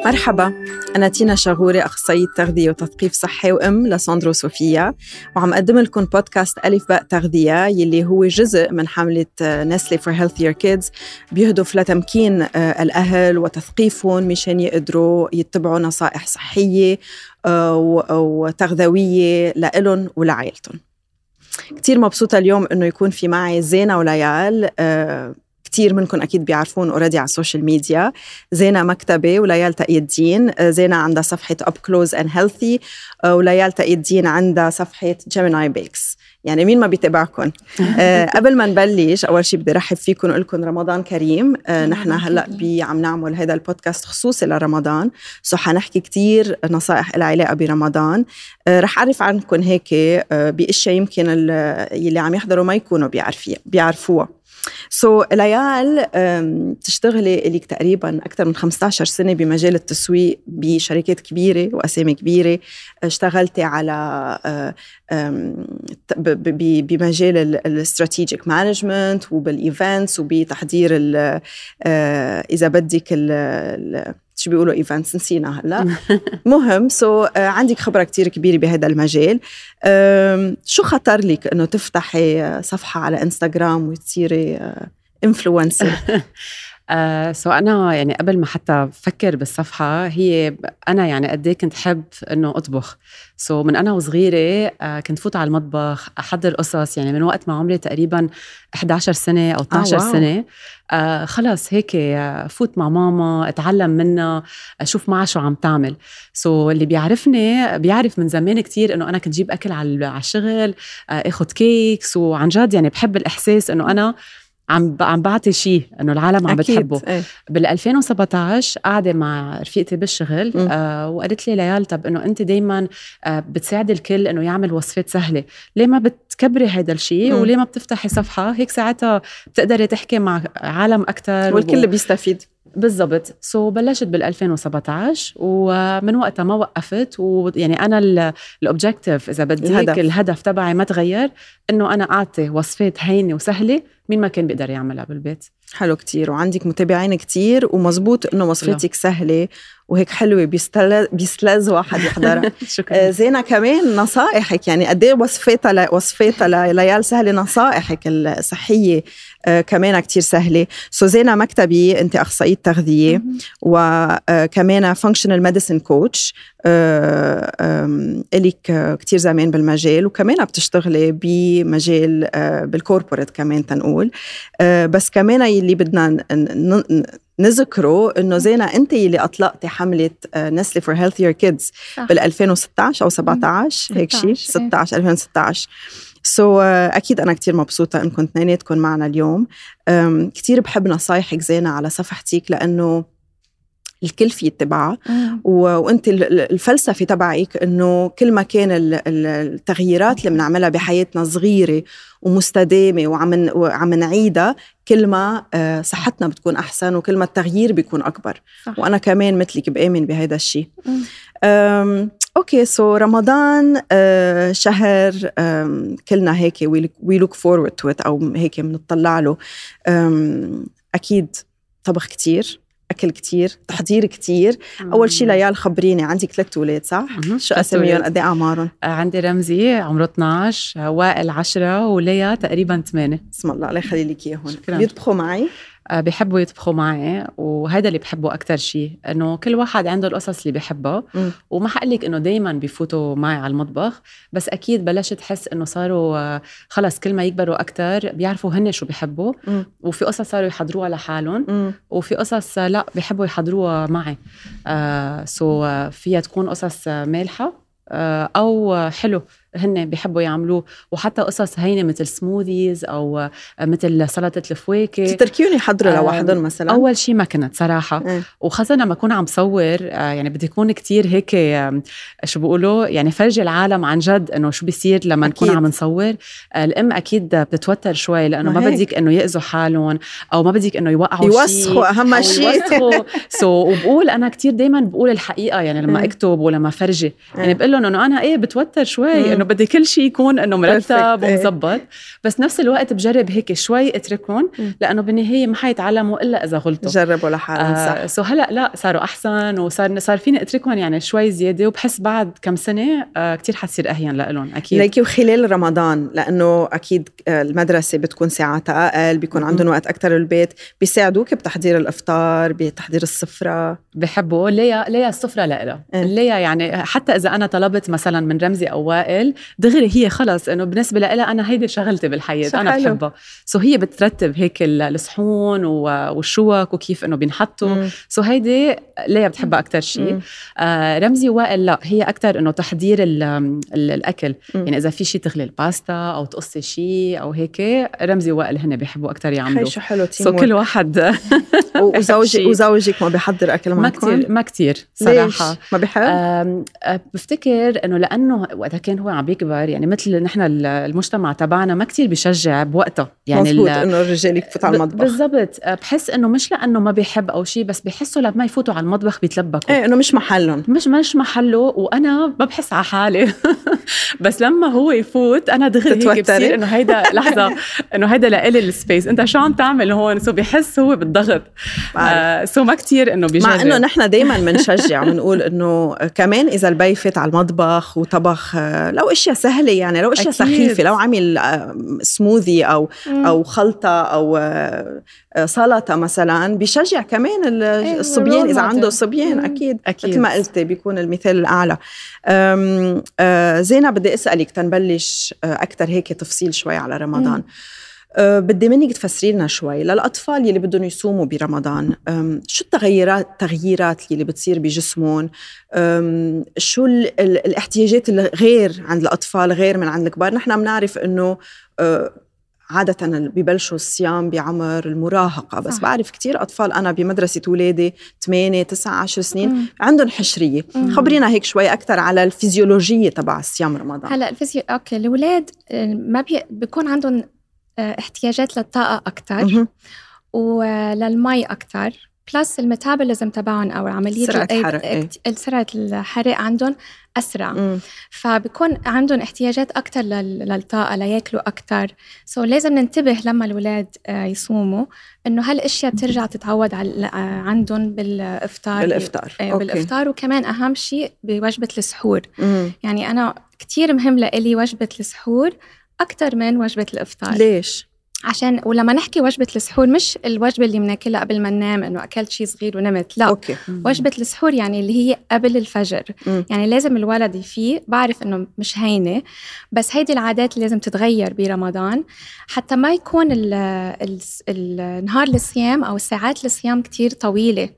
مرحبا، أنا تينا شغوري، أخصائية تغذية وتثقيف صحي وأم لساندرو صوفيا، وعم أقدم لكم بودكاست ألف باء تغذية يلي هو جزء من حملة نسلي for healthier kids بيهدف لتمكين الأهل وتثقيفهم مشان يقدروا يتبعوا نصائح صحية وتغذوية لإلهم ولعائلتهم. كتير مبسوطة اليوم إنه يكون في معي زينة وليال. كتير منكم أكيد بيعرفون أوريدي على السوشيال ميديا. زينة مكتبة وليال تقي الدين. زينة عندها صفحة Up Close and Healthy، وليال تقي الدين عندها صفحة Gemini Bakes. يعني مين ما بيتابعكم؟ قبل ما نبلش أول شيء بدي رحب فيكم وأقول لكم رمضان كريم. نحن هلأ عم نعمل هذا البودكاست خصوصي لرمضان، حنحكي كتير نصائح العلاقة برمضان. رح أعرف عنكم هيك بأشياء يمكن اللي عم يحضروا ما يكونوا بيعرفوها. ليال تشتغلي لك تقريبا أكثر من 15 سنة بمجال التسويق بشركات كبيرة وأسامي كبيرة. اشتغلتي على بمجال الاستراتيجيك مانجمنت وبالإيفنتس وبتحضير إذا بدك شو بيقولوا إيفنتس، نسينا هلا. مهم عندك خبرة كتير كبيرة بهذا المجال. شو خطر لك إنه تفتحي صفحة على إنستغرام وتصيري إنفلونسر؟ أنا يعني قبل ما حتى فكر بالصفحة، هي أنا يعني قد إيه كنت حب إنه أطبخ. من أنا وصغيرة كنت فوت على المطبخ أحضر قصص، يعني من وقت ما عمري تقريبا 11 سنة أو 12 سنة. خلاص هيك فوت مع ماما أتعلم منها، أشوف معها شو عم تعمل. اللي بيعرفني بيعرف من زمان كتير إنه أنا كنت جيب أكل على الشغل، أخد كيكس، وعن جد يعني بحب الإحساس إنه أنا عم بعطي شيء إنه العالم عم بتحبه. بال2017 قاعدة مع رفيقتي بالشغل وقالت لي ليال، طب إنه أنت دايما بتساعد الكل إنه يعمل وصفات سهلة، ليه ما بتكبري هيدا الشيء وليه ما بتفتحي صفحة هيك؟ ساعتها بتقدري تحكي مع عالم أكتر والكل بيستفيد. بالضبط. بلشت بال2017 ومن وقتها ما وقفت. ويعني أنا الأوبجكتيف إذا بدك الهدف تبعي ما تغير، إنه أنا أعطي وصفات هينة وسهلة مين ما كان بيقدر يعملها بالبيت. حلو كتير، وعندك متابعين كتير، ومظبوط إنه وصفتك سهلة وهيك حلوة بيستلذ واحد يحضرها. زينة كمان نصائحك، يعني قد ايه وصفاتها ليال سهلة، نصائحك الصحية كمان كتير سهلة. زينة مكتبي، انت أخصائية تغذية وكمان functional medicine coach، إليك كتير زمان بالمجال، وكمان بتشتغلي بمجال بالكوربوريت كمان تنقول. بس كمان اللي بدنا نذكره إنه زينة أنت اللي أطلقتي حملة نسلي for healthier kids بال2016 أو 17 هيك شيء 2016. أكيد أنا كتير مبسوطة إنكم اثنيناتكم معنا اليوم. كتير بحب نصايحك زينة على صفحتك، لأنه الكل في يتبعها، وانت الفلسفة تبعك انه كل ما كان التغييرات اللي بنعملها بحياتنا صغيرة ومستدامة وعم نعيدها، كل ما صحتنا بتكون احسن وكل ما التغيير بيكون اكبر. صح. وانا كمان مثلك بآمن بهذا الشيء. اوكي، رمضان شهر كلنا هيك we look forward to it، او هيك بنطلع له. اكيد طبخ كتير، أكل كتير، تحضير كتير. أول شي ليال خبريني، عندك 3 أولاد صح؟ شو أسميهم؟ قد ايه أعمارهم؟ عندي رمزي عمره 12، وائل 10، وليا تقريبا 8. بسم الله، الله يخلي لك إياهم. بيطبخوا معي؟ بيحبوا يطبخوا معي، وهذا اللي بحبه أكتر شيء، إنه كل واحد عنده القصص اللي بيحبها. وما حقلك إنه دايما بيفوتوا معي على المطبخ، بس أكيد بلشت حس إنه صاروا خلص كل ما يكبروا أكتر بيعرفوا هن شو بيحبوا. وفي قصص صاروا يحضروها لحالهم، وفي قصص لا بيحبوا يحضروها معي. فيها تكون قصص مالحة أو حلو هن بيحبوا يعملوه، وحتى قصص هينة مثل سموذيز أو مثل سلطة الفواكه. تتركيوني حضروا لوحدهم مثلا؟ أول شيء ما كنت صراحة، وخاصة لما أكون عم صور يعني بدي يكون كتير هيك شو بيقولوا يعني فرج العالم عن جد إنه شو بيصير لما نكون عم نصور. الأم أكيد بتتوتر شوي، لأنه ما بديك إنه يأذوا حالهم أو ما بديك إنه يوسخوا أهم شيء. وبقول أنا كتير دايما بقول الحقيقة، يعني لما أكتب ولما فرجي يعني بقول لهم إنه أنا بتوتر شوي إنه بدي كل شيء يكون إنه مرتب ومزبط، بس نفس الوقت بجرب هيك شوي اتركهم، لأنه بالنهاية ما حيتعلموا إلا إذا غلطوا. جربوا لحالهم صح. سو هلأ لا صاروا أحسن، وصار فيني اتركهم يعني شوي زيادة، وبحس بعد كم سنة كتير حتصير أهين لهم أكيد. ليكي وخلال رمضان، لأنه أكيد المدرسة بتكون ساعاتها أقل، بيكون عندهم وقت أكتر البيت، بيساعدوك بتحضير الإفطار، بتحضير السفرة؟ بحبوا ليا السفرة لإلها ليا، يعني حتى إذا أنا طلبت مثلا من رمزي أو وائل دغري هي خلص إنه بالنسبة لإلها أنا هيدي شغلتي بالحياة، أنا بحبها. سو هي بترتب هيك الصحون والشوك وكيف إنه بينحطوا، سو هيدي ليا بتحبها أكتر شيء. رمزي ووائل لا، هي أكتر إنه تحضير الأكل، يعني إذا في شيء تغلي الباستا أو تقصي شيء أو هيك، رمزي ووائل هن بيحبوا أكتر يعملوا. شو حلو سو كل واحد وزوجك ما بيحضر أكل معكم؟ ما كتير صراحة. ما بيحب؟ بفتكر إنه لأنه وقتها كان هو عم بيكبر، يعني مثل نحن المجتمع تبعنا ما كتير بيشجع بوقتها، يعني مزبوط إنه الرجال يفوت على المطبخ. بالضبط، بحس إنه مش لأنه ما بيحب أو شيء، بس بيحسوا لما يفوتوا على المطبخ بيتلبكوا، إنه مش محلهم، مش محله. وأنا ما بحس على حالي بس لما هو يفوت أنا دغري هيك بصير إنه هيدا لحظة إنه هيدا لإلي السبيس، أنت شو عم تعمل هون؟ سو بيحس هو بالضغط. سو ما كتير إنه بيجرب، مع إنه نحن دايما منشجع ونقول إنه كمان إذا البي فات على المطبخ وطبخ لو أشياء سهلة، يعني لو أشياء سخيفة، لو عمل سموذي أو خلطة أو سلطة مثلا، بيشجع كمان الصبيان إذا عنده صبيان. أكيد مثل ما قلتي بيكون المثال الأعلى. زينة بدي أسألك تنبلش أكتر هيك تفصيل شوي على رمضان. بدي منك تفسري لنا شوي للأطفال يلي بدهم يصوموا برمضان، شو التغييرات اللي بتصير بجسمهم، شو الاحتياجات اللي غير عند الأطفال غير من عند الكبار. نحن بنعرف إنه عادة بيبلشوا الصيام بعمر المراهقة، بس بعرف كتير أطفال أنا بمدرسة ولادي 8 9 10 سنين عندهم حشرية. خبرينا هيك شوي أكتر على الفيزيولوجية تبع الصيام رمضان. هلأ أوكي، الولاد ما بيكون عندهم احتياجات للطاقة أكتر وللمي أكتر، بلس الميتابوليزم تبعهم أو عملية سرعة الحرق عندهم أسرع، فبيكون عندهم احتياجات أكتر للطاقة ليأكلوا أكتر. لازم ننتبه لما الولاد يصوموا إنه هالأشياء ترجع تتعود عندهم بالإفطار. وكمان أهم شيء بوجبة السحور. يعني أنا كتير مهم لإلي وجبة السحور أكتر من وجبة الإفطار. ليش؟ عشان ولما نحكي وجبة السحور مش الوجبة اللي بناكلها قبل ما ننام إنه أكلت شيء صغير ونمت، لا. وجبة السحور يعني اللي هي قبل الفجر. يعني لازم الولد يفيق. بعرف إنه مش هينة، بس هيدي العادات اللي لازم تتغير برمضان حتى ما يكون النهار الصيام أو الساعات الصيام كتير طويلة.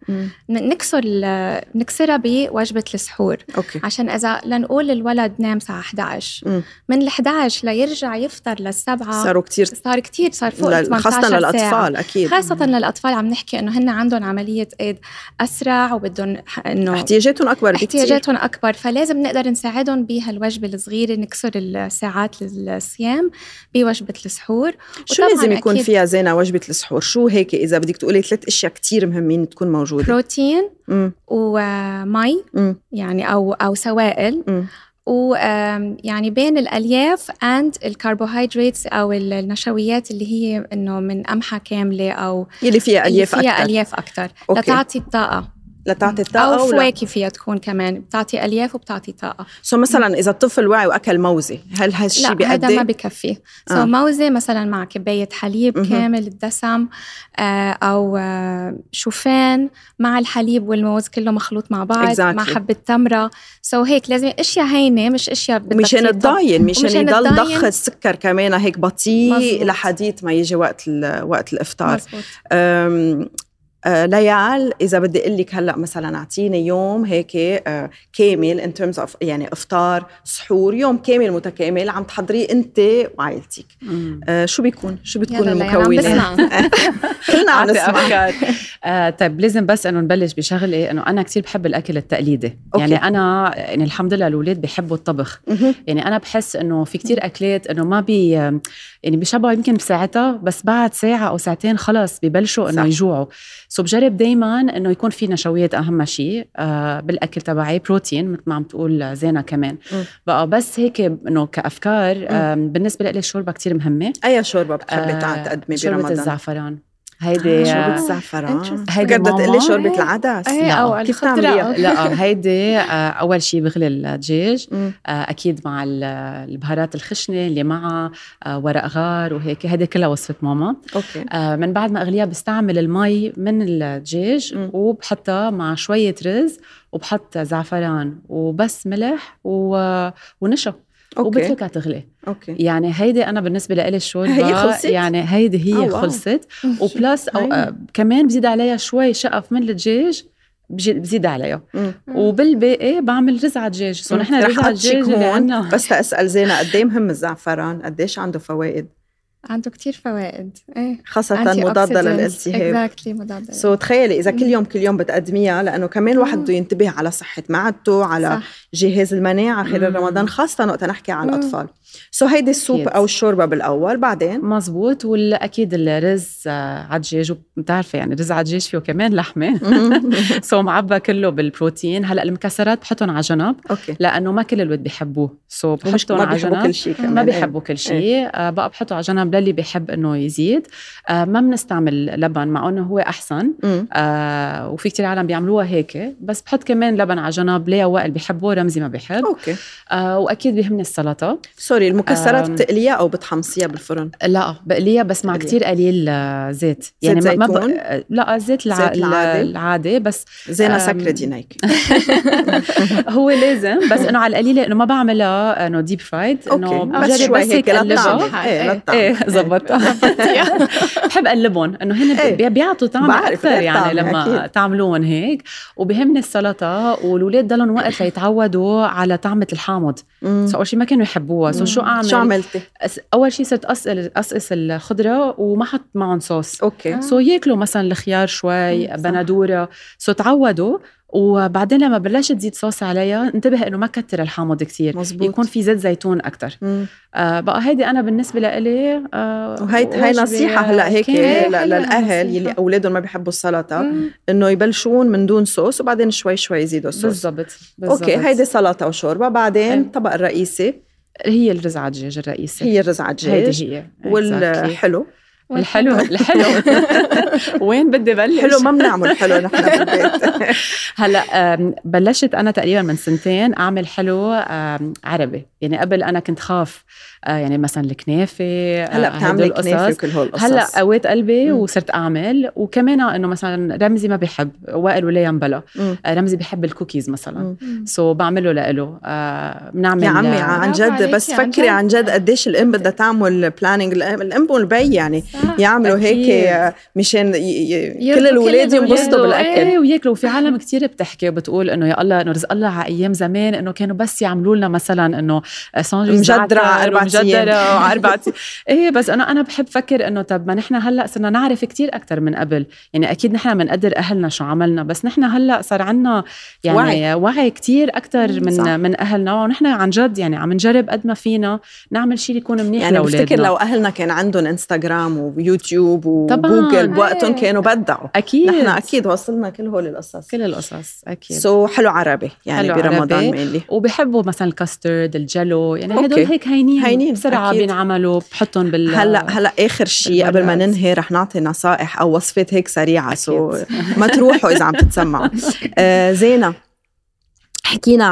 نكسرها بوجبة السحور. عشان إذا لنقول الولد نام الساعة 11 من 11 ليرجع يفطر ل7 صار كتير صار فوق 18 خاصة للأطفال. أكيد خاصة للأطفال عم نحكي إنه هن عندهم عملية إيد أسرع وبدهم إنه احتياجاتهم أكبر فلازم نقدر نساعدهم بهالوجبة الصغيرة، نكسر الساعات الصيام بوجبة السحور. شو لازم يكون فيها زينة وجبة السحور؟ شو هيك إذا بدك تقولي 3 أشياء كتير مهمين تكون موجودة؟ بروتين ومي يعني أو سوائل ويعني بين الألياف and الكربوهيدراتس أو النشويات اللي هي إنه من قمحة كاملة أو اللي فيها ألياف أكتر لتعطي الطاقة أو فواكه فيها تكون كمان بتعطي ألياف وبتعطي طاقة. مثلا إذا الطفل واعي وأكل موزة، هل هالشي بيقدر؟ لا، هذا ما بيكفي. موزة مثلا مع كباية حليب كامل الدسم أو شوفان مع الحليب والموز كله مخلوط مع بعض مع حبة تمرة. هيك لازم أشياء هينة مش أشياء مشان الضاين، مشان يضل ضخ السكر كمان هيك بطيء لحديت ما يجي وقت الإفطار. ليال إذا بدي أقول لك هلأ مثلا أعطيني يوم هيك كامل in terms of يعني إفطار سحور، يوم كامل متكامل عم تحضريه أنت وعائلتك، شو بتكون المكونات؟ كلنا عم نسمع. طيب لازم بس انه نبلش بشغله، انه انا كتير بحب الاكل التقليدي. يعني انا يعني الحمد لله الاولاد بيحبوا الطبخ. يعني انا بحس انه في كتير اكلات انه ما يعني بيشبعوا يمكن بساعتها، بس بعد ساعه او ساعتين خلص ببلشوا انه يجوعوا. سو بجرب دايما انه يكون في نشويات اهم شيء بالاكل تبعي، بروتين مثل ما عم تقول زينة كمان. بقى بس هيك انه كافكار بالنسبه لي الشوربه كتير مهمه. اي شوربه بتحبي تقدمي برمضان؟ شوربه الزعفران. هيدي شوربة الزعفران. هيدي بدها تقلي شوربة العدس. لا كيف تعمليها؟ لا هيدي أول شيء بغلي الدجاج أكيد مع البهارات الخشنة اللي معها ورق غار وهيك. هيدي كلها وصفة ماما. أوكي. من بعد ما أغليها بستعمل المي من الدجاج وبحطها مع شوية رز وبحط زعفران وبس ملح ونشا وبتركها تغلي. أوكي. يعني هيدي أنا بالنسبة لي الشوربة هي خلصت؟ يعني هيدي هي خلصت. وبلس أو كمان بزيد عليها شوي شقف من الدجاج بزيد عليها. وبالباقي بعمل رز على دجاج. سو نحن رز على دجاج اللي عنا. بس تأسأل زينة، قديه مهم الزعفران؟ قديش عنده فوائد؟ عنده كتير فوائد. خاصة مضادة للالتهاب. مضادة. سو تخيلي إذا كل يوم بتقدميها، لأنه كمان الواحد بده ينتبه على صحة معدته، على جهاز المناعة خلال رمضان، خاصة وقت نحكي عن الأطفال. سو هيدي السوب أو الشوربة بالأول، بعدين مزبوط. والأكيد الرز على الدجاج، وبتعرفي يعني رز على الدجاج فيه كمان لحمة. سو معبى كله بالبروتين. هلأ المكسرات بحطهم على جنب. لأنه ما كل الولاد بيحبوه. سو بحطهم على جنب. ما بيحبوا كل شيء. بقى بحطه على جنب للي بيحب انه يزيد. ما بنستعمل لبن مع انه هو احسن. وفي كتير عالم بيعملوها هيك، بس بحط كمان لبن على جنب. ليه وائل بيحبه، رمزي ما بيحب. واكيد بيهمني السلطه. سوري، المكسرات بتقليها او بتحمصيها بالفرن؟ لا بقليها بس مع كتير قليل زيت. يعني زيت زيتون؟ لا زيت العادي بس. زينة سكر دينيك. هو لازم بس انه على القليله، انه ما بعملها انه ديب فرايد، انه بس شوي هيك ايه زبطتها. بحب اقلبهم انه هن بيعطوا طعم اكثر يعني لما أكيد. تعملون هيك. وبهمني السلطه، والولاد ضلهم وقت ليتعودوا على طعمه الحامض. اول شيء ما كانوا يحبوها. شو عملتي؟ اول شيء صرت اقصقص الخضره وما حط معهم صوص. ياكلوا مثلا الخيار شوي بندوره. تعودوا. وبعدين لما بلشت تزيد صوص عليها انتبه انه ما كتر الحامض كتير. مزبوط. يكون في زيت زيتون اكتر. بقى هيدي انا بالنسبه لإلي وهي نصيحه هلا هيك للاهل يلي اولادهم ما بيحبوا السلطه، انه يبلشون من دون صوص وبعدين شوي يزيدوا الصوص. بالضبط. اوكي، هيدي سلطه وشوربه. بعدين الطبق الرئيسي هي الرز على الدجاج الرئيسي. هي الرز على الدجاج. هي والحلو الحلو وين بدي بلش؟ حلو ما بنعمل حلو نحن بالبيت. هلا بلشت انا تقريبا من 2 سنين اعمل حلو عربي. يعني قبل انا كنت خاف يعني مثلا الكنافه. هلا بتعملي كنافه وكل هول القصص. هلا قويت قلبي وصرت اعمل. وكمان انه مثلا رمزي ما بيحب، وائل ولا ينبلا. رمزي بيحب الكوكيز مثلا. بعمله له. بنعمل يا عمي عن جد. بس فكري عن جد قديش الام بدها تعمل بلانينج. الام والبي يعني يعملوا هيك مشان كل الولاد ينبسطوا بالاكل وياكلوا. وفي عالم كتير بتحكي وبتقول انه يا الله انه رزق الله على ايام زمان انه كانوا بس يعملوا لنا مثلا انه ساندويتش مجدرة 4 ايه. بس انا بحب فكر انه طب ما نحن هلا صرنا نعرف كتير اكتر من قبل. يعني اكيد نحن بنقدر اهلنا شو عملنا، بس نحن هلا صار عنا يعني وعي كتير اكتر من اهلنا. ونحن عن جد يعني عم نجرب قد ما فينا نعمل شيء يكون منيح يعني لأولادنا. بفتكر لو اهلنا كان عندهم انستغرام ويوتيوب وجوجل بوقتهم كانوا بدعوا. اكيد نحن اكيد وصلنا كل هول القصص. اكيد. حلو عربي يعني برمضان مينلي. وبحبوا مثلا الكاسترد، الجلو، يعني هدول هيك هينين بسرعه بينعملوا بحطهم هلا اخر شيء قبل ما ننهي رح نعطي نصائح او وصفات هيك سريعه. ما تروحوا اذا عم تتسمعوا. زينة، حكينا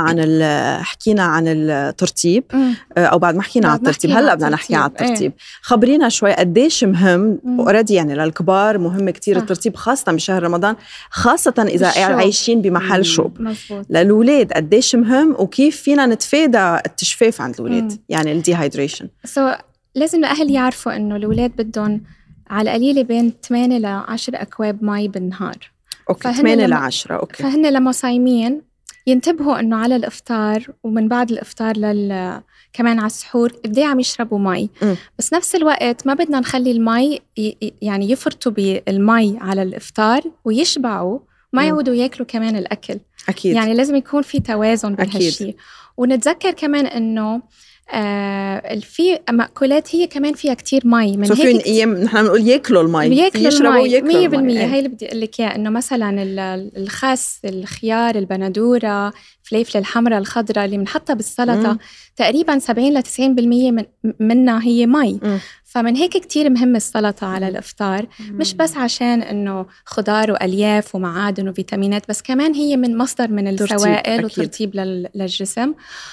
عن الترتيب او بعد ما حكينا عن الترتيب. هلا بدنا نحكي عن الترتيب. خبرينا شوي قديش مهم اوريدي. يعني للكبار مهم كتير الترتيب، خاصه بشهر رمضان، خاصه اذا عايشين بمحل شوب. للولاد قديش مهم، وكيف فينا نتفادى التجفاف عند الولاد، يعني الديهايدريشن. لازم الاهل يعرفوا انه الولاد بدهم على قليله بين 8 ل 10 اكواب مي بالنهار. اوكي، 8 ل 10. اوكي. فهن لما صايمين ينتبهوا إنه على الإفطار ومن بعد الإفطار كمان على السحور بدي عم يشربوا مي. بس نفس الوقت ما بدنا نخلي المي يعني يفرطوا بالمي على الإفطار ويشبعوا ما يعودوا ياكلوا كمان الأكل. أكيد. يعني لازم يكون في توازن بهالشيء. ونتذكر كمان إنه في مأكولات هي كمان فيها كتير مي. من هيك نحن بنقول ياكلوا المي، يشربوا وياكلوا 100%. هي اللي بدي أقول لك إياه، إنه مثلا الخس، الخيار، البندورة، الفليفلة الحمراء الخضراء اللي بنحطها بالسلطة تقريبا 70-90% منها هي مي. فمن هيك كتير مهم السلطة على الإفطار، مش بس عشان إنه خضار وألياف ومعادن وفيتامينات، بس كمان هي من مصدر من السوائل وترطيب للجسم.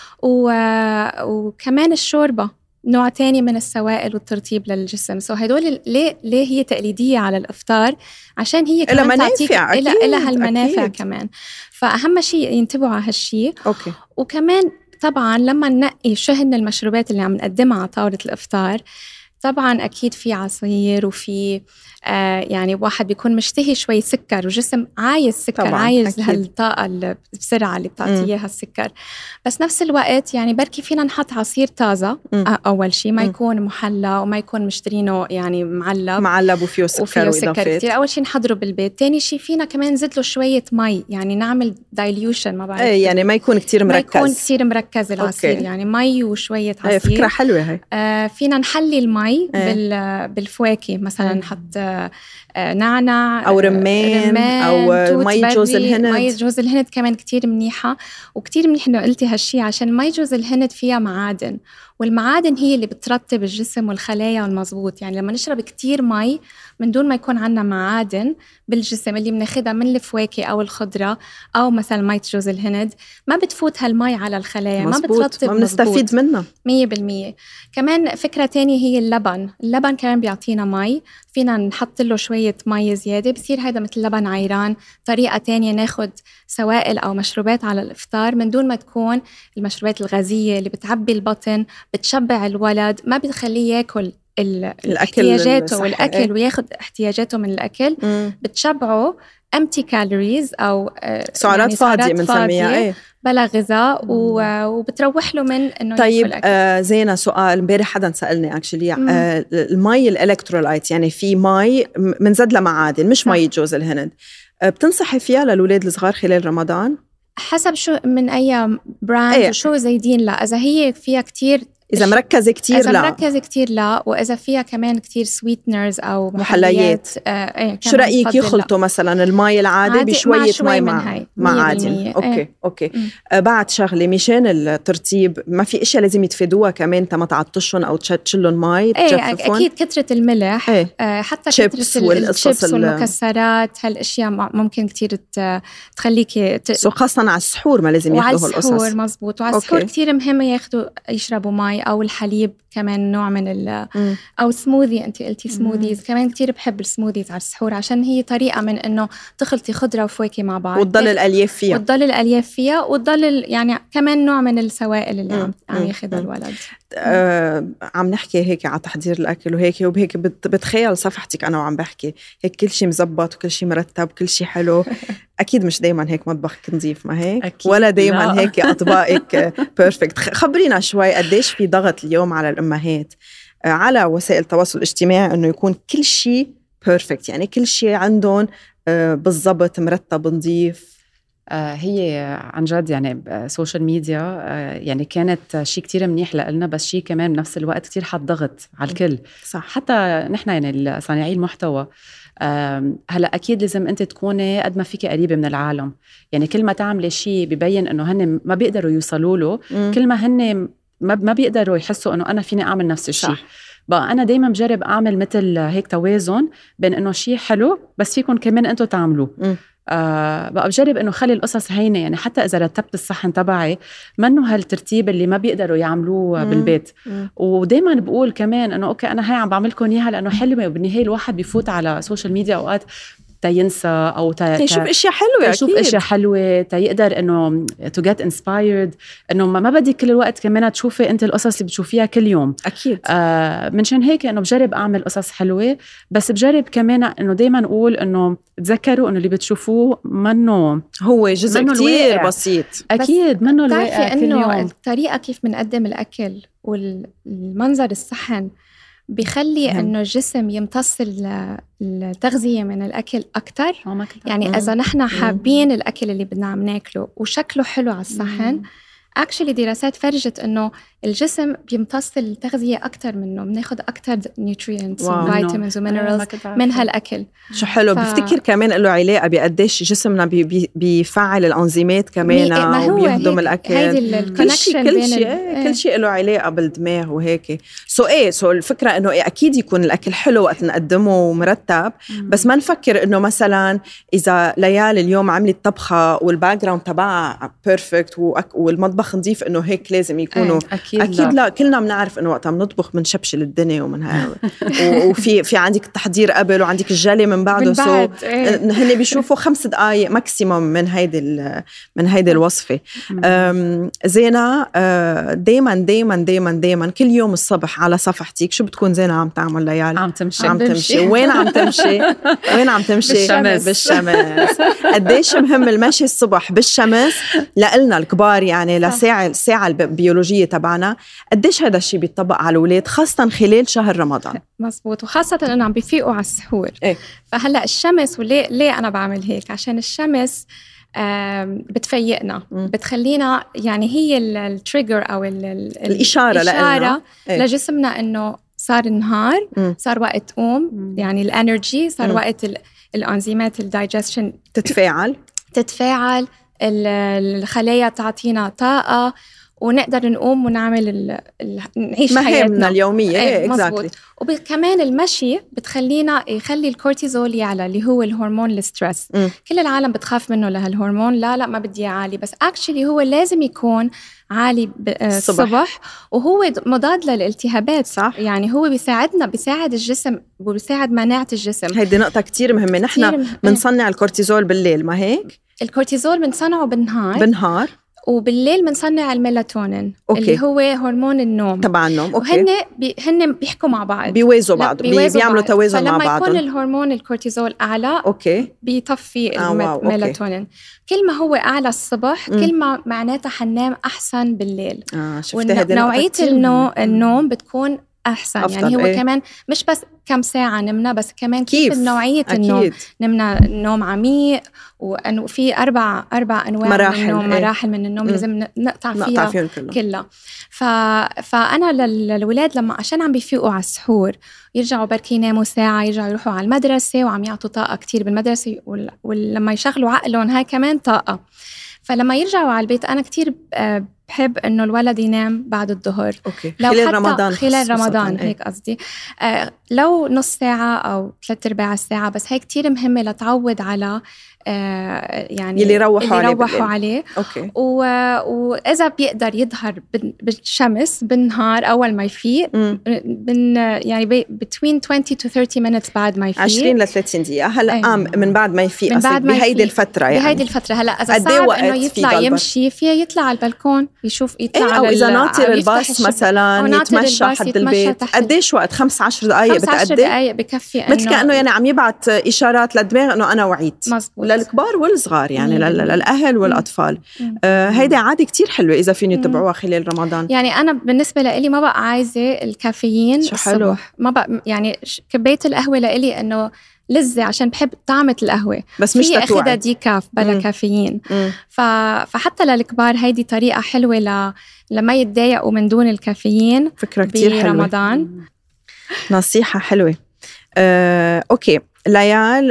وكمان الشوربة نوع تاني من السوائل والترطيب للجسم. هدول ليه هي تقليدية على الإفطار؟ عشان هي كمان تعطيك إلها المنافع كمان. فأهم شيء ينتبهوا على هالشيء. وكمان طبعا لما ننقي شو هن المشروبات اللي عم نقدمها على طاولة الإفطار، طبعاً أكيد في عصير وفي يعني واحد بيكون مشتهي شوي سكر وجسم عايز سكر، عايز هالطاقة اللي بسرعة اللي بتعطيها السكر. بس نفس الوقت يعني بركي فينا نحط عصير طازة أول شيء، ما يكون محلى وما يكون مشترينه يعني معلب وفيه سكر كتير. أول شيء نحضره بالبيت. تاني شيء فينا كمان نزيد له شوية مي، يعني نعمل دايليوشن، ما بعرف يعني ما يكون كتير مركز، ما يكون كتير مركز العصير. يعني مي وشوية عصير. فكرة حلوة هاي. فينا نحلي المي بالفواكه، مثلا نحط نعناع أو رمان أو مي جوز الهند. مي جوز الهند كمان كتير منيحة. وكتير منيح إنه قلتي هالشي، عشان مي جوز الهند فيها معادن، والمعادن هي اللي بترطب الجسم والخلايا المضبوط. يعني لما نشرب كتير مي من دون ما يكون عنا معادن بالجسم اللي بناخدها من الفواكه أو الخضرة أو مثلا مي جوز الهند، ما بتفوت هالمي على الخلايا، ما بترطب، ما بنستفيد منها 100%. كمان فكرة تانية هي اللبن كمان بيعطينا مي، فينا نحط له شوية مي زيادة بصير هذا مثل لبن عيران. طريقة تانية ناخد سوائل أو مشروبات على الإفطار من دون ما تكون المشروبات الغازية اللي بتعبي البطن، بتشبع الولد، ما بتخليه ياكل احتياجاته والأكل وياخد احتياجاته من الأكل. بتشبعه empty calories أو سعرات يعني فاضية بنسميها بلا غذاء، وبتروح له من إنه طيب زينة، سؤال امبارح حدا سألني المي الإلكترولايت، يعني في مي منزد لها معادن مش مي جوز الهند، بتنصحي فيها للولاد الصغار خلال رمضان؟ حسب شو من أي براند وشو زايدين. لا إذا هي فيها كتير، إذا مركزة كتير إذا مركزة كتير لا، وإذا فيها كمان كتير سويتنرز أو محليات. شو رأيك يخلطوا مثلا المي العادي بشوية مي مع معادن؟ أوكي. بعد شغلة مشان الترطيب، ما في إشياء لازم يتفادوها كمان ما تعطشون أو تشلون ماي تجففون؟ أكيد كترة الملح، حتى كترة الشيبس والمكسرات، هالأشياء ممكن كتير تخليكي خاصة على السحور ما لازم ياخدوا هالقصص. على السحور مزبوط، وعلى السحور كتير مهم يشربوا مي أو الحليب كمان نوع من أو سموذي. أنت قلتي سموذيز، كمان كتير بحب السموذيز على السحور، عشان هي طريقة من إنه تخلطي خضرة وفواكه مع بعض وتضل الألياف فيها وتضل يعني كمان نوع من السوائل اللي عم ياخدها الولد. عم نحكي هيك على تحضير الأكل وهيك بتخيل صفحتك أنا وعم بحكي هيك كل شيء مزبط وكل شيء مرتب وكل شيء حلو. أكيد مش دايما هيك مطبخك نظيف، ما هيك ولا دايما هيك أطباقك بيرفكت. خبرينا شوي قديش في ضغط اليوم على الأمهات على وسائل التواصل الاجتماعي إنه يكون كل شيء بيرفكت، يعني كل شيء عندهم بالضبط مرتب نظيف. هي عن جد يعني السوشيال ميديا يعني كانت شيء كتير منيح لنا، بس شيء كمان بنفس الوقت كتير حط ضغط على الكل. صح. حتى نحن يعني صانعي المحتوى هلا أكيد لازم أنت تكوني قد ما فيك قريبة من العالم. يعني كل ما تعملي شيء بيبين إنه هن ما بيقدروا يوصلوا له، كل ما هن ما بيقدروا يحسوا إنه أنا فيني أعمل نفس الشيء. بقى أنا دايما بجرب أعمل مثل هيك توازن بين إنه شيء حلو بس فيكم كمان أنتوا تعملوه. بقى بجرب إنه خلي القصص هينة، يعني حتى إذا رتبت الصحن تبعي منه هالترتيب اللي ما بيقدروا يعملوه بالبيت. ودايما بقول كمان إنه أوكي أنا هاي عم بعملكم إياها لأنه حلوة، وبالنهاية الواحد بيفوت على سوشيال ميديا أوقات تينسى أو يشوف أشياء حلوة، يشوف أشياء حلوة، تيقدر إنه to get inspired، إنه ما بدي كل الوقت كمان تشوفي أنت القصص اللي بتشوفيها كل يوم. أكيد. منشان هيك إنه بجرب أعمل قصص حلوة، بس بجرب كمان إنه دايما نقول إنه تذكروا إنه اللي بتشوفوه منه هو جزء كتير بسيط. أكيد منه الواقع كل يوم. الطريقة كيف بنقدم الأكل والمنظر الصحن بيخلي إنه الجسم يمتص التغذية من الأكل أكتر. يعني إذا نحن حابين الأكل اللي بدنا عم ناكله وشكله حلو على الصحن، actually دراسات فرجت إنه الجسم بيمتص التغذية أكتر منه، بناخد أكتر nutrients وفيتامينز ومينرالز من هالأكل. شو حلو. بفتكر كمان له علاقة بقديش جسمنا بيفعل الأنزيمات كمان وبيهضم الأكل. كل شيء له علاقة بالدماغ وهيك. سو الفكرة إنه أكيد يكون الأكل حلو وقت نقدمه ومرتب، بس ما نفكر إنه مثلا إذا ليال اليوم عملت طبخة والباك جراوند تبعها بيرفكت والمطبخ نظيف إنه هيك لازم يكونوا. أكيد لا. كلنا بنعرف إنه وقتها بنطبخ بنشبشل الدنيا ومن وفي عندك التحضير قبل وعندك الجلي من بعده. هن بيشوفوا 5 دقايق ماكسيموم من هيدي الوصفة. زينة دايما كل يوم الصبح على صفحتك شو بتكون زينة عم تعمل ليالي؟ عم تمشي. وين عم تمشي؟ بالشمس. قديش مهم المشي الصبح بالشمس لإلنا الكبار، يعني لساعة البيولوجية تبعنا. قديش هذا الشيء بيطبق على الأولاد خاصة خلال شهر رمضان؟ مزبوط، وخاصة إنه عم بيفيقوا على السحور. فهلأ الشمس، ليه أنا بعمل هيك؟ عشان الشمس بتفيقنا، بتخلينا يعني هي التريجر أو الإشارة لجسمنا إنه صار النهار، صار وقت قوم، يعني الانرجي صار وقت الانزيمات الدايجستشن تتفاعل، الخلايا تعطينا طاقة ونقدر نقوم ونعمل نعيش مهامنا اليومية. مظبوط. وكمان المشي يخلي الكورتيزول يعلى، اللي هو الهرمون الستريس. كل العالم بتخاف منه لهالهرمون، لا ما بدي عالي، بس اكشلي هو لازم يكون عالي الصبح، وهو مضاد للالتهابات. صح. يعني هو بيساعد الجسم وبيساعد مناعة الجسم. هيدي نقطة كتير مهمة. نحن بنصنع الكورتيزول بالليل، ما هيك؟ الكورتيزول بنصنعه بالنهار، وبالليل بنصنع الميلاتونين. اللي هو هرمون النوم تبع النوم. هن بيحكوا مع بعض، بيوازوا بعض، بيعملوا توازن مع بعض. فلما يكون الهرمون الكورتيزول أعلى بيطفي الميلاتونين. كل ما هو أعلى الصبح كل ما معناتها حننام أحسن بالليل. نوعية النوم بتكون أحسن. يعني هو كمان مش بس كم ساعة نمنا، بس كمان كيف نوعية النوم. نمنا نوم عميق، وفي أربع أنواع من النوم، مراحل من النوم لازم نقطع فيها كلها. فأنا للولاد لما عشان عم بيفيقوا على السحور يرجعوا بركي يناموا ساعة، يرجعوا يروحوا على المدرسة وعم يعطوا طاقة كتير بالمدرسة، ولما يشغلوا عقلهم هاي كمان طاقة. فلما يرجعوا على البيت أنا كتير بحب إنه الولد ينام بعد الظهر. خلال رمضان هيك قصدي. لو نص ساعة أو 3/4 ساعة، بس هاي كتير مهمة لتعود على يعني اللي روحوا عليه. وإذا بيقدر يظهر بالشمس بالنهار أول ما يفيق، يعني between 20 to 30 minutes بعد ما يفيق، 20 ل 30 دقيقة. هلأ من بعد ما يفيق بهيدي الفترة. يعني بهيدي الفترة. هلأ إذا صعب إنه يطلع يمشي فيه، يطلع على البلكون يشوف، يطلع أو إذا ناطر الباص مثلا يتمشى حد البيت. قديش وقت؟ 15 دقايق بتقدم. 15 دقايق بكفي. مثل كأنه يعني عم يبعت إشارات للدماغ إنه أنا وعيت. للكبار والصغار، يعني للأهل والأطفال. هيدا عادي كتير حلوة إذا فيني تتبعوها خلال رمضان. يعني أنا بالنسبة لإلي ما بقى عايزة الكافيين الصبح. ما بقى يعني كباية القهوة لإلي إنه لذة، عشان بحب طعمة القهوة، بس مش أخذها ديكاف بلا كافيين. فحتى للكبار هيدي طريقة حلوة لما يتضايقوا من دون الكافيين. فكرة كتير حلوة. رمضان نصيحة حلوة. أوكي ليال،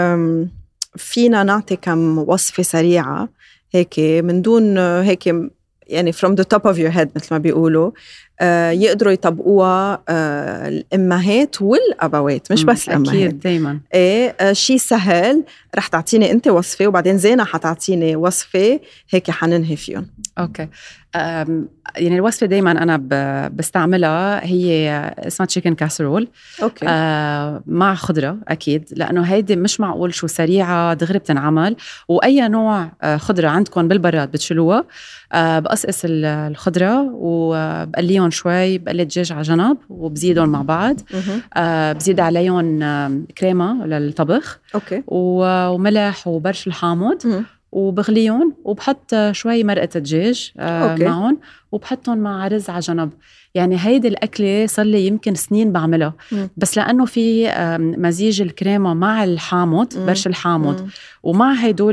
فينا نعطي كم وصفة سريعة هيك من دون هيك يعني from the top of your head مثل ما بيقولوا، يقدروا يطبقوها الأمهات والأبوات، مش بس الأمهات. أكيد دايما. شيء سهل. رح تعطيني أنت وصفة وبعدين زينة حتعطيني وصفة هيك حننهي فيهم. أوكي. يعني الوصفة دايما أنا بستعملها هي اسمها تشيكن كاسرول. أوكي. مع خضرة أكيد، لأنه هيدي مش معقول شو سريعة دغري بتنعمل. وأي نوع خضرة عندكم بالبراد بتشيلوها. بقصقص الخضرة وبقليهم شوي، بقلي الدجاج على جنب وبزيدهم مع بعض. بزيد عليهم كريمة للطبخ. أوكي. وملح وبرش الحامض. وبغليهم وبحط شوي مرقة دجاج معهم، وبحطهم مع رز على جنب. يعني هيدي الأكلة صار لي يمكن سنين بعملها، بس لأنه في مزيج الكريمة مع الحامض، برش الحامض، ومع هيدول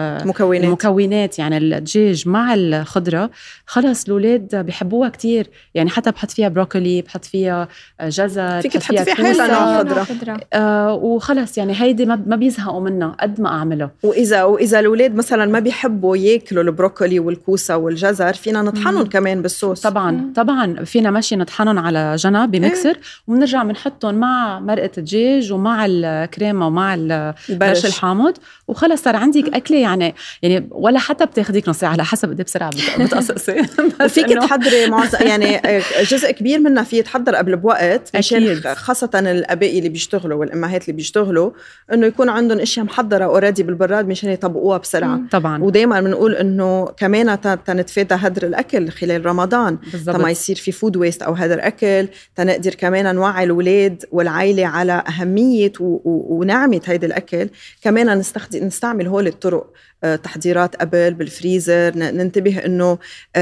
المكونات يعني الدجاج مع الخضرة، خلص الأولاد بيحبوها كتير. يعني حتى بحط فيها بروكولي، بحط فيها جزر، فيك تحط فيها حيل خضرة. وخلص يعني هيدي ما بيزهقوا منها قد ما أعملها. وإذا الأولاد مثلا ما بيحبوا ياكلوا البروكولي والكوسة والجزر، فينا نطحنهم كمان بالصوص. طبعا فينا ماشي نطحنهم على جنب بمكسر، وبنرجع بنحطهم مع مرقة الدجاج ومع الكريمة ومع برش الحامض، وخلص صار عندك أكلة. يعني ولا حتى بتاخديك نص ساعة، على حسب قد بسرعة بتقصقصي. وفيك تحضري يعني جزء كبير منها فيه يتحضر قبل بوقت، مشان خاصة الآباء اللي بيشتغلوا والأمهات اللي بيشتغلوا، إنه يكون عندهم أشياء محضرة أوريدي بالبراد مشان يطبقوها بسرعة. طبعا. ودايما بنقول إنه كمان تنتفادى هدر الأكل خلال رمضان، ما يصير في فود ويست أو هدر أكل. تنقدر كمان نوعي الأولاد والعائلة على أهمية ونعمة هيدا الأكل. كمان نستعمل هول الطرق، تحضيرات قبل بالفريزر، ننتبه إنه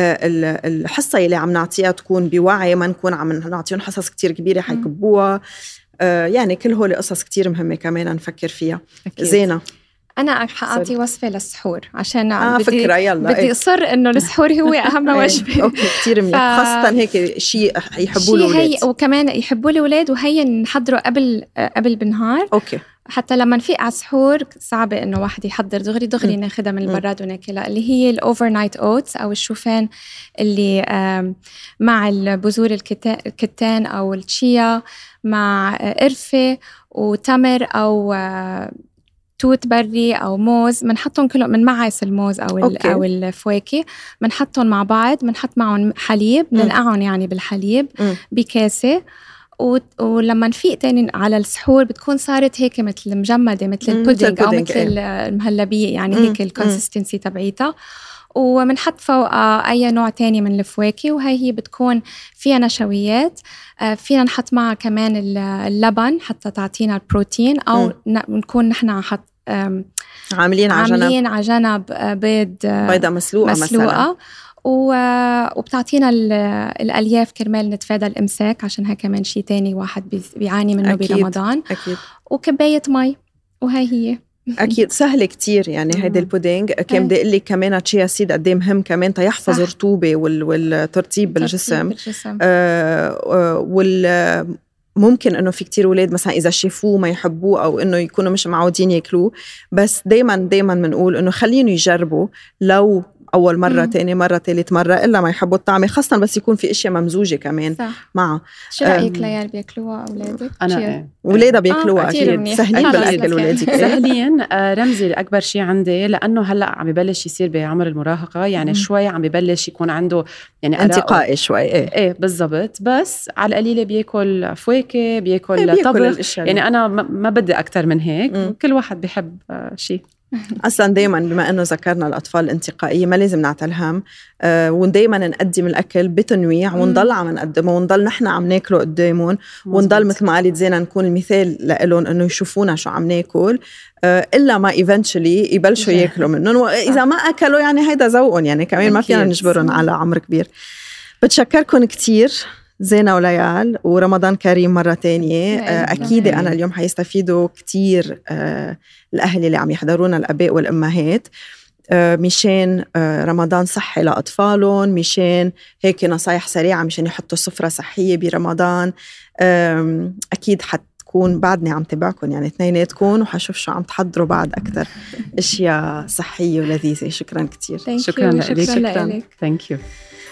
الحصة اللي عم نعطيها تكون بوعي، ما نكون عم نعطيهم حصص كتير كبيرة حيكبوها. يعني كل هول قصص كتير مهمة كمان نفكر فيها. أكيد. زينة، أنا حأعطي وصفة للسحور عشان فكرة. يلا بدي أصر إنه السحور هو أهم وجبة. أوكي، كتير منيح. خاصة هيك شيء يحبوه الأولاد، وكمان يحبوه الأولاد، وهي نحضره قبل بالنهار. أوكي. حتى لما نفيق على السحور صعبة إنه واحد يحضر دغري ناخدها من البراد وناكلها، اللي هي الأوفرنايت أوتس أو الشوفان اللي مع البذور الكتان أو الشيا مع قرفة وتمر أو توت بري أو موز. منحطهم كلهم، من معايس الموز أو الفواكه، منحطهم مع بعض، منحط معهم حليب، ننقعهم يعني بالحليب بكاسة. ولما نفيق تاني على السحور بتكون صارت هيك مثل مجمدة، مثل البودينج أو مثل المهلبية، يعني هيك الكونسستنسي تبعيتها. ومنحط فوقها أي نوع تاني من الفواكه، وهي بتكون فيها نشويات. فينا نحط معها كمان اللبن حتى تعطينا البروتين، أو نكون نحن عاملين على جنب بيضة مسلوقة مثلا، وبتعطينا الألياف كرمال نتفادى الإمساك، عشان هي كمان شيء تاني واحد بيعاني منه برمضان. أكيد. وكباية مي، وهي هي أكيد سهل كتير. يعني هيدا البودينج كان بدي أقلك كمان تشيا سيد قديه مهم كمان تيحفظ رطوبة والترطيب بالجسم. ممكن إنه في كتير ولاد مثلا إذا شافوه ما يحبوه أو إنه يكونوا مش معودين يأكلوه، بس دايما منقول إنه خلينه يجربوا، لو أول مرة تاني مرة ثالث مرة، إلا ما يحبوا الطعم، خاصة بس يكون في أشياء ممزوجة كمان معه. شو رأيك ليال، بيأكلوها أولادك؟ أنا ولادها بيأكلوها أكيد. سهلين بالأكل ولادك. سهلين. رمزي الأكبر شيء عندي، لأنه هلأ عم ببلش يصير بعمر المراهقة، يعني شوي عم ببلش يكون عنده يعني انتقائي شوي. إيه بالضبط، بس على القليلة بيأكل فواكه، بيأكل طبخ. يعني أنا ما بدي أكتر من هيك. كل واحد بيحب شيء. أصلاً دايماً بما أنه ذكرنا الأطفال الانتقائية، ما لازم نعتلهم، ودايماً نقدم الأكل بتنويع، ونضل عم نقدمه، ونضل نحن عم ناكله قدامهم، ونضل مثل ما قالت زينة نكون المثال لهم أنه يشوفونا شو عم ناكل، إلا ما eventually يبلشوا ياكلوا منهم. وإذا ما أكلوا يعني هيدا ذوقهم، يعني كمان ما فينا نجبرهم على عمر كبير. بتشكركم كتير زينة وليال، ورمضان كريم مرة تانية. أكيد أنا اليوم حيستفيدوا كتير الأهل اللي عم يحضرونا، الأباء والأمهات، مشان رمضان صحي لأطفالهم، مشان هيك نصايح سريعة مشان يحطوا سفرة صحية برمضان. أكيد حتكون بعدني عم تبعكم يعني اثنيناتكم، وحشوف شو عم تحضروا بعد أكتر أشياء صحية ولذيذة. شكرا كتير. شكرا لك. Thank you.